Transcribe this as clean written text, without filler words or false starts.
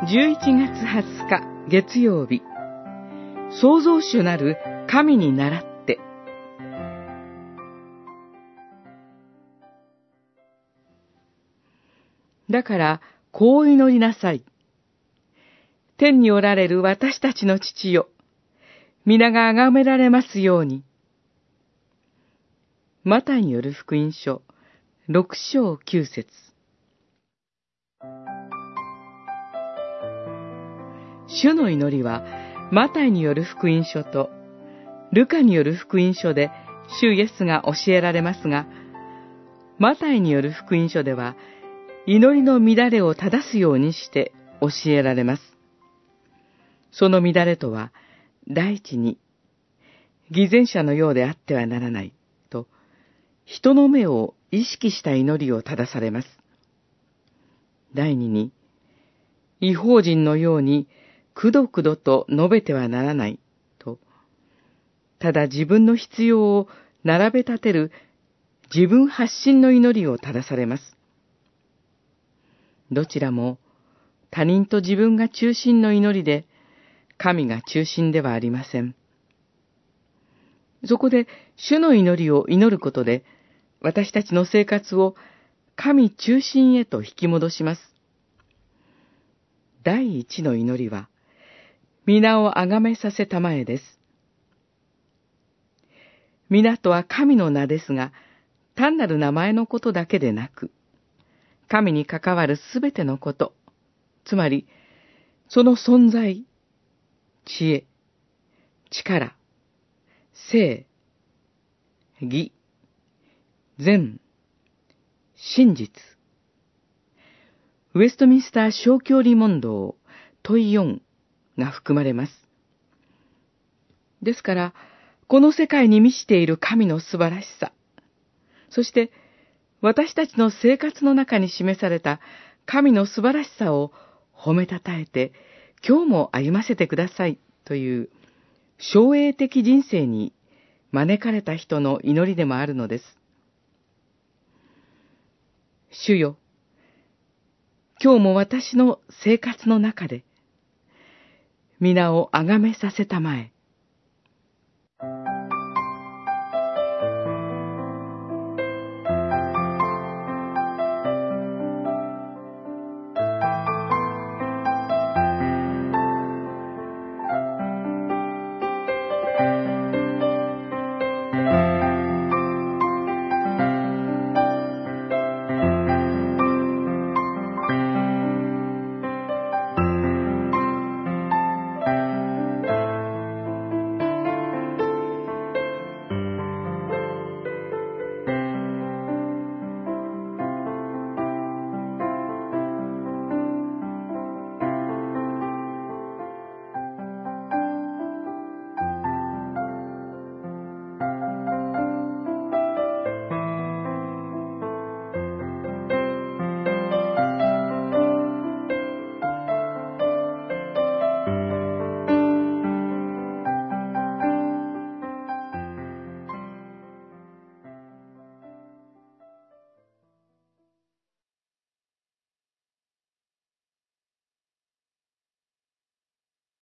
11月20日月曜日、創造主なる神に倣って。だからこう祈りなさい。天におられる私たちの父よ、皆が崇められますように。マタイによる福音書6章9節。主の祈りはマタイによる福音書とルカによる福音書で主イエスが教えられますが、マタイによる福音書では祈りの乱れを正すようにして教えられます。その乱れとは、第一に、偽善者のようであってはならないと、人の目を意識した祈りを正されます。第二に、異邦人のようにくどくどと述べてはならないと、ただ自分の必要を並べ立てる自分発信の祈りを正されます。どちらも他人と自分が中心の祈りで、神が中心ではありません。そこで主の祈りを祈ることで、私たちの生活を神中心へと引き戻します。第一の祈りは、皆をあがめさせたまえです。皆とは神の名ですが、単なる名前のことだけでなく、神に関わるすべてのこと、つまり、その存在、知恵、力、正、義、善、真実。ウェストミンスター小教理問答問4が含まれます。ですから、この世界に満ちている神の素晴らしさ、そして私たちの生活の中に示された神の素晴らしさを褒めたたえて、今日も歩ませてくださいという昭栄的人生に招かれた人の祈りでもあるのです。主よ、今日も私の生活の中で皆をあがめさせたまえ。